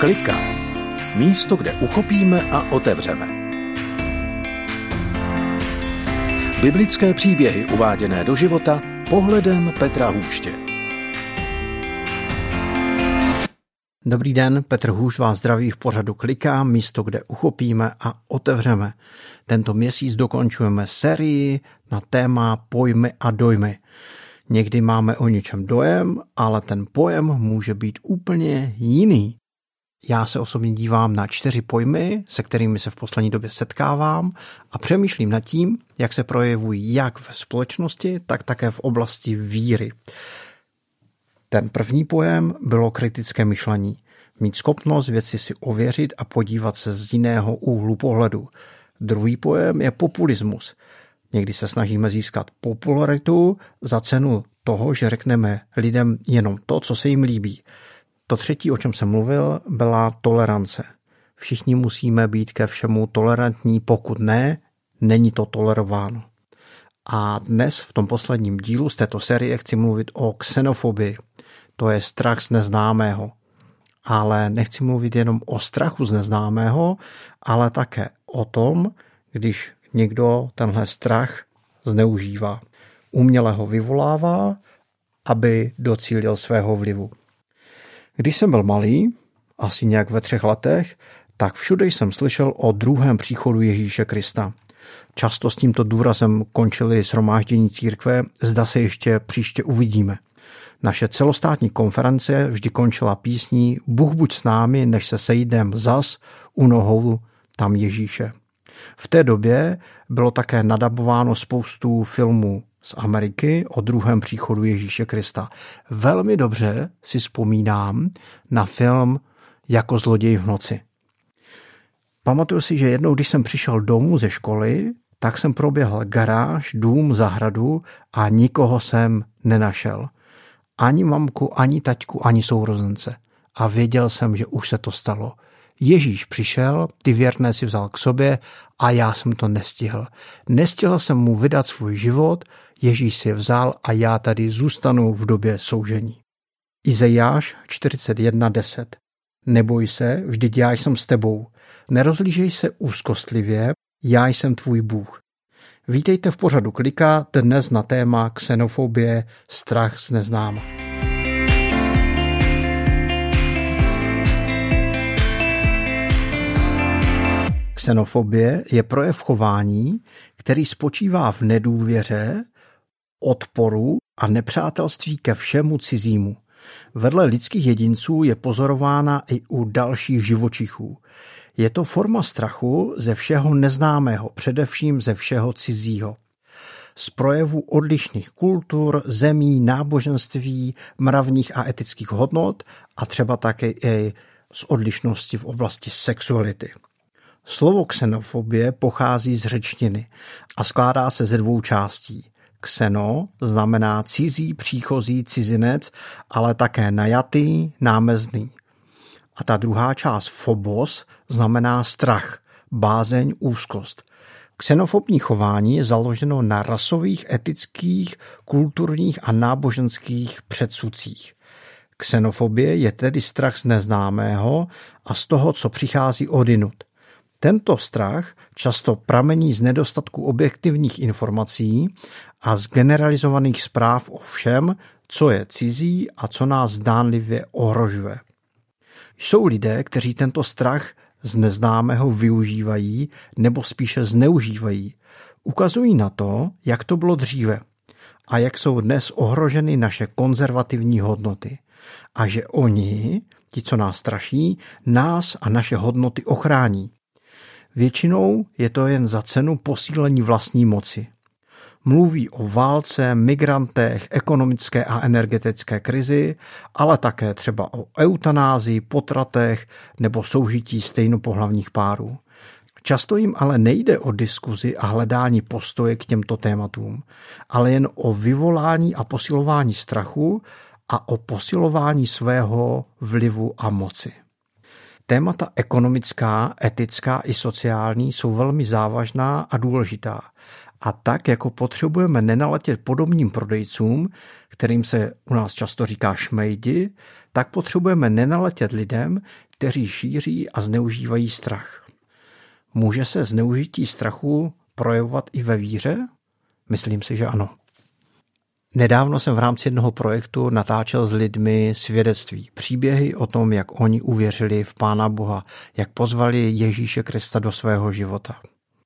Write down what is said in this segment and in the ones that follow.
Klika. Místo, kde uchopíme a otevřeme. Biblické příběhy uváděné do života pohledem Petra Hůště. Dobrý den, Petr Hůš vás zdraví v pořadu Klika, místo, kde uchopíme a otevřeme. Tento měsíc dokončujeme sérii na téma pojmy a dojmy. Někdy máme o něčem dojem, ale ten pojem může být úplně jiný. Já se osobně dívám na 4 pojmy, se kterými se v poslední době setkávám a přemýšlím nad tím, jak se projevují jak ve společnosti, tak také v oblasti víry. Ten první pojem bylo kritické myšlení. Mít schopnost věci si ověřit a podívat se z jiného úhlu pohledu. Druhý pojem je populismus. Někdy se snažíme získat popularitu za cenu toho, že řekneme lidem jenom to, co se jim líbí. To třetí, o čem jsem mluvil, byla tolerance. Všichni musíme být ke všemu tolerantní, pokud ne, není to tolerováno. A dnes v tom posledním dílu z této série chci mluvit o xenofobii. To je strach z neznámého. Ale nechci mluvit jenom o strachu z neznámého, ale také o tom, když někdo tenhle strach zneužívá. Uměle ho vyvolává, aby docílil svého vlivu. Když jsem byl malý, asi nějak ve 3 letech, tak všude jsem slyšel o druhém příchodu Ježíše Krista. Často s tímto důrazem končili shromáždění církve, zda se ještě příště uvidíme. Naše celostátní konference vždy končila písní Bůh buď s námi, než se sejdem zas u nohou tam Ježíše. V té době bylo také nadabováno spoustu filmů z Ameriky o druhém příchodu Ježíše Krista. Velmi dobře si vzpomínám na film Jako zloděj v noci. Pamatuju si, že jednou, když jsem přišel domů ze školy, tak jsem proběhl garáž, dům, zahradu a nikoho jsem nenašel. Ani mamku, ani taťku, ani sourozence. A věděl jsem, že už se to stalo. Ježíš přišel, ty věrné si vzal k sobě a já jsem to nestihl. Nestihl jsem mu vydat svůj život, Ježíš si je vzal a já tady zůstanu v době soužení. Izajáš 41:10. Neboj se, vždyť já jsem s tebou. Nerozlížej se úzkostlivě, já jsem tvůj Bůh. Vítejte v pořadu Klika, dnes na téma xenofobie, strach z neznáma. Xenofobie je projev chování, který spočívá v nedůvěře, odporu a nepřátelství ke všemu cizímu. Vedle lidských jedinců je pozorována i u dalších živočichů. Je to forma strachu ze všeho neznámého, především ze všeho cizího. Z projevu odlišných kultur, zemí, náboženství, mravních a etických hodnot a třeba také i z odlišnosti v oblasti sexuality. Slovo xenofobie pochází z řečtiny a skládá se ze 2 částí. Xeno znamená cizí, příchozí, cizinec, ale také najatý, námezný. A ta druhá část phobos znamená strach, bázeň, úzkost. Xenofobní chování je založeno na rasových, etických, kulturních a náboženských předsudcích. Xenofobie je tedy strach z neznámého a z toho, co přichází odjinud. Tento strach často pramení z nedostatku objektivních informací a z generalizovaných zpráv o všem, co je cizí a co nás zdánlivě ohrožuje. Jsou lidé, kteří tento strach z neznámého využívají nebo spíše zneužívají. Ukazují na to, jak to bylo dříve a jak jsou dnes ohroženy naše konzervativní hodnoty. A že oni, ti, co nás straší, nás a naše hodnoty ochrání. Většinou je to jen za cenu posílení vlastní moci. Mluví o válce, migrantech, ekonomické a energetické krizi, ale také třeba o eutanázii, potratech nebo soužití stejnopohlavních párů. Často jim ale nejde o diskuzi a hledání postoje k těmto tématům, ale jen o vyvolání a posilování strachu a o posilování svého vlivu a moci. Témata ekonomická, etická i sociální jsou velmi závažná a důležitá A tak, jako potřebujeme nenaletět podobným prodejcům, kterým se u nás často říká šmejdi, tak potřebujeme nenaletět lidem, kteří šíří a zneužívají strach. Může se zneužití strachu projevovat i ve víře? Myslím si, že ano. Nedávno jsem v rámci jednoho projektu natáčel s lidmi svědectví, příběhy o tom, jak oni uvěřili v Pána Boha, jak pozvali Ježíše Krista do svého života.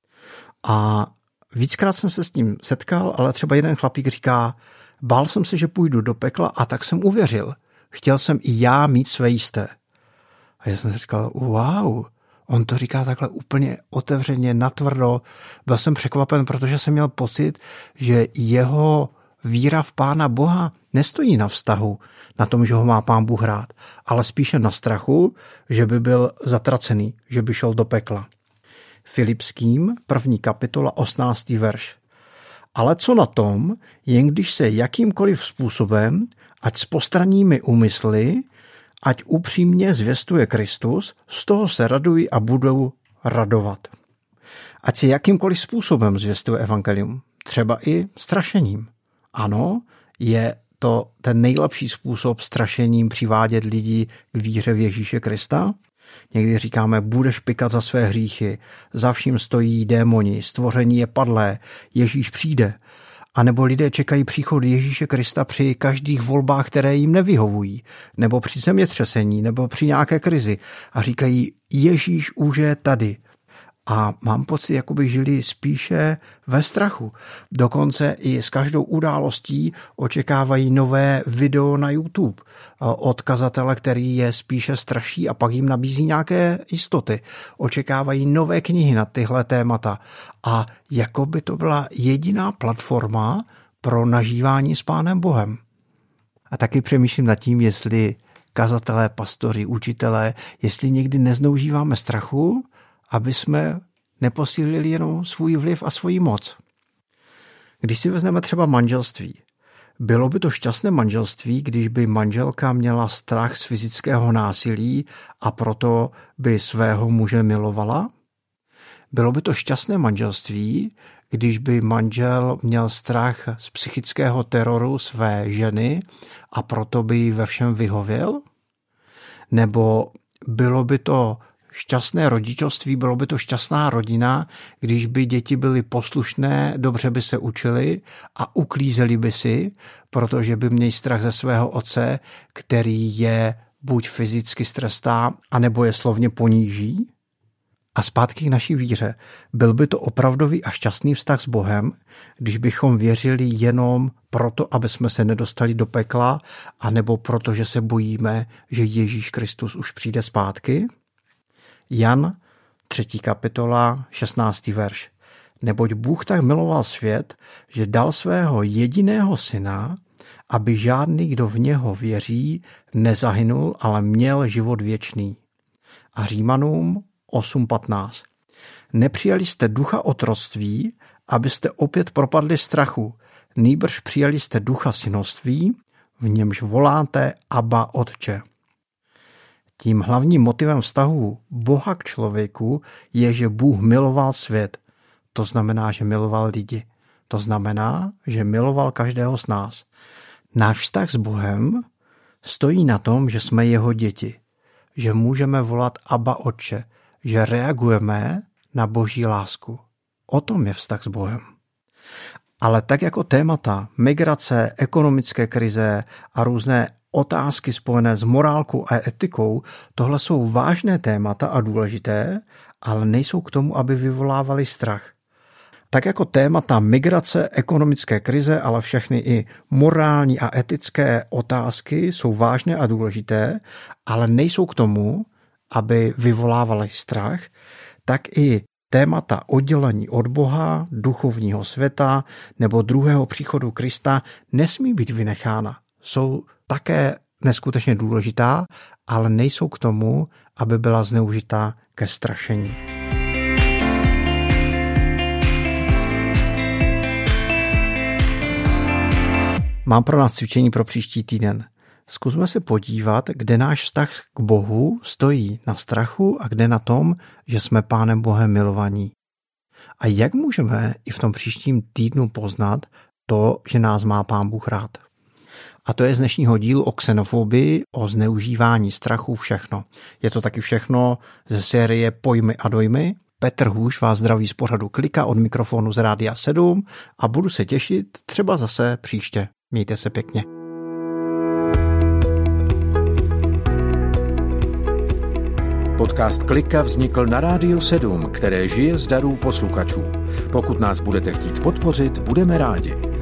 A víckrát jsem se s tím setkal, ale třeba jeden chlapík říká, bál jsem se, že půjdu do pekla a tak jsem uvěřil. Chtěl jsem i já mít své jisté. A já jsem si říkal, wow, on to říká takhle úplně otevřeně, natvrdo. Byl jsem překvapen, protože jsem měl pocit, že jeho víra v Pána Boha nestojí na vztahu, na tom, že ho má Pán Bůh rád, ale spíše na strachu, že by byl zatracený, že by šel do pekla. Filipským, 1. kapitola, 18. verš. Ale co na tom, jen když se jakýmkoliv způsobem, ať s postranními úmysly, ať upřímně zvěstuje Kristus, z toho se radují a budou radovat. Ať se jakýmkoliv způsobem zvěstuje evangelium, třeba i strašením. Ano, je to ten nejlepší způsob strašením přivádět lidi k víře v Ježíše Krista. Někdy říkáme, budeš pykat za své hříchy, za vším stojí démoni, stvoření je padlé, Ježíš přijde. A nebo lidé čekají příchod Ježíše Krista při každých volbách, které jim nevyhovují, nebo při zemětřesení, nebo při nějaké krizi a říkají, Ježíš už je tady. A mám pocit, jako by žili spíše ve strachu. Dokonce i s každou událostí očekávají nové video na YouTube od kazatele, který je spíše straší a pak jim nabízí nějaké jistoty. Očekávají nové knihy na tyhle témata. A jako by to byla jediná platforma pro nažívání s Pánem Bohem. A taky přemýšlím nad tím, jestli kazatelé, pastoři, učitelé, jestli někdy nezneužíváme strachu, aby jsme neposílili jenom svůj vliv a svoji moc. Když si vezmeme třeba manželství, bylo by to šťastné manželství, když by manželka měla strach z fyzického násilí a proto by svého muže milovala? Bylo by to šťastné manželství, když by manžel měl strach z psychického teroru své ženy a proto by jí ve všem vyhověl? Nebo bylo by to šťastné rodičovství, bylo by to šťastná rodina, když by děti byly poslušné, dobře by se učili a uklízeli by si, protože by měli strach ze svého otce, který je buď fyzicky strestá, anebo je slovně poníží? A zpátky k naší víře. Byl by to opravdový a šťastný vztah s Bohem, když bychom věřili jenom proto, aby jsme se nedostali do pekla, anebo proto, že se bojíme, že Ježíš Kristus už přijde zpátky? Jan, 3. kapitola, 16. verš. Neboť Bůh tak miloval svět, že dal svého jediného syna, aby žádný, kdo v něho věří, nezahynul, ale měl život věčný. A Římanům 8.15. Nepřijali jste ducha otroctví, abyste opět propadli strachu, nýbrž přijali jste ducha synoství, v němž voláte Abba Otče. Tím hlavním motivem vztahu Boha k člověku je, že Bůh miloval svět. To znamená, že miloval lidi. To znamená, že miloval každého z nás. Náš vztah s Bohem stojí na tom, že jsme jeho děti. Že můžeme volat Abba Otče. Že reagujeme na Boží lásku. O tom je vztah s Bohem. Ale tak jako témata migrace, ekonomické krize a různé otázky spojené s morálkou a etikou, tohle jsou vážné témata a důležité, ale nejsou k tomu, aby vyvolávali strach. Tak jako témata migrace, ekonomické krize, ale všechny i morální a etické otázky jsou vážné a důležité, ale nejsou k tomu, aby vyvolávaly strach, tak i témata oddělení od Boha, duchovního světa nebo druhého příchodu Krista nesmí být vynechána. Jsou také neskutečně důležitá, ale nejsou k tomu, aby byla zneužitá ke strašení. Mám pro nás cvičení pro příští týden. Zkusme se podívat, kde náš vztah k Bohu stojí na strachu a kde na tom, že jsme Pánem Bohem milovaní. A jak můžeme i v tom příštím týdnu poznat to, že nás má Pán Bůh rád? A to je z dnešního dílu o xenofobii, o zneužívání strachu všechno. Je to taky všechno ze série Pojmy a dojmy. Petr Hůš vás zdraví z pořadu Klika od mikrofonu z Rádia 7 a budu se těšit třeba zase příště. Mějte se pěkně. Podcast Klika vznikl na Rádiu 7, které žije z darů posluchačů. Pokud nás budete chtít podpořit, budeme rádi.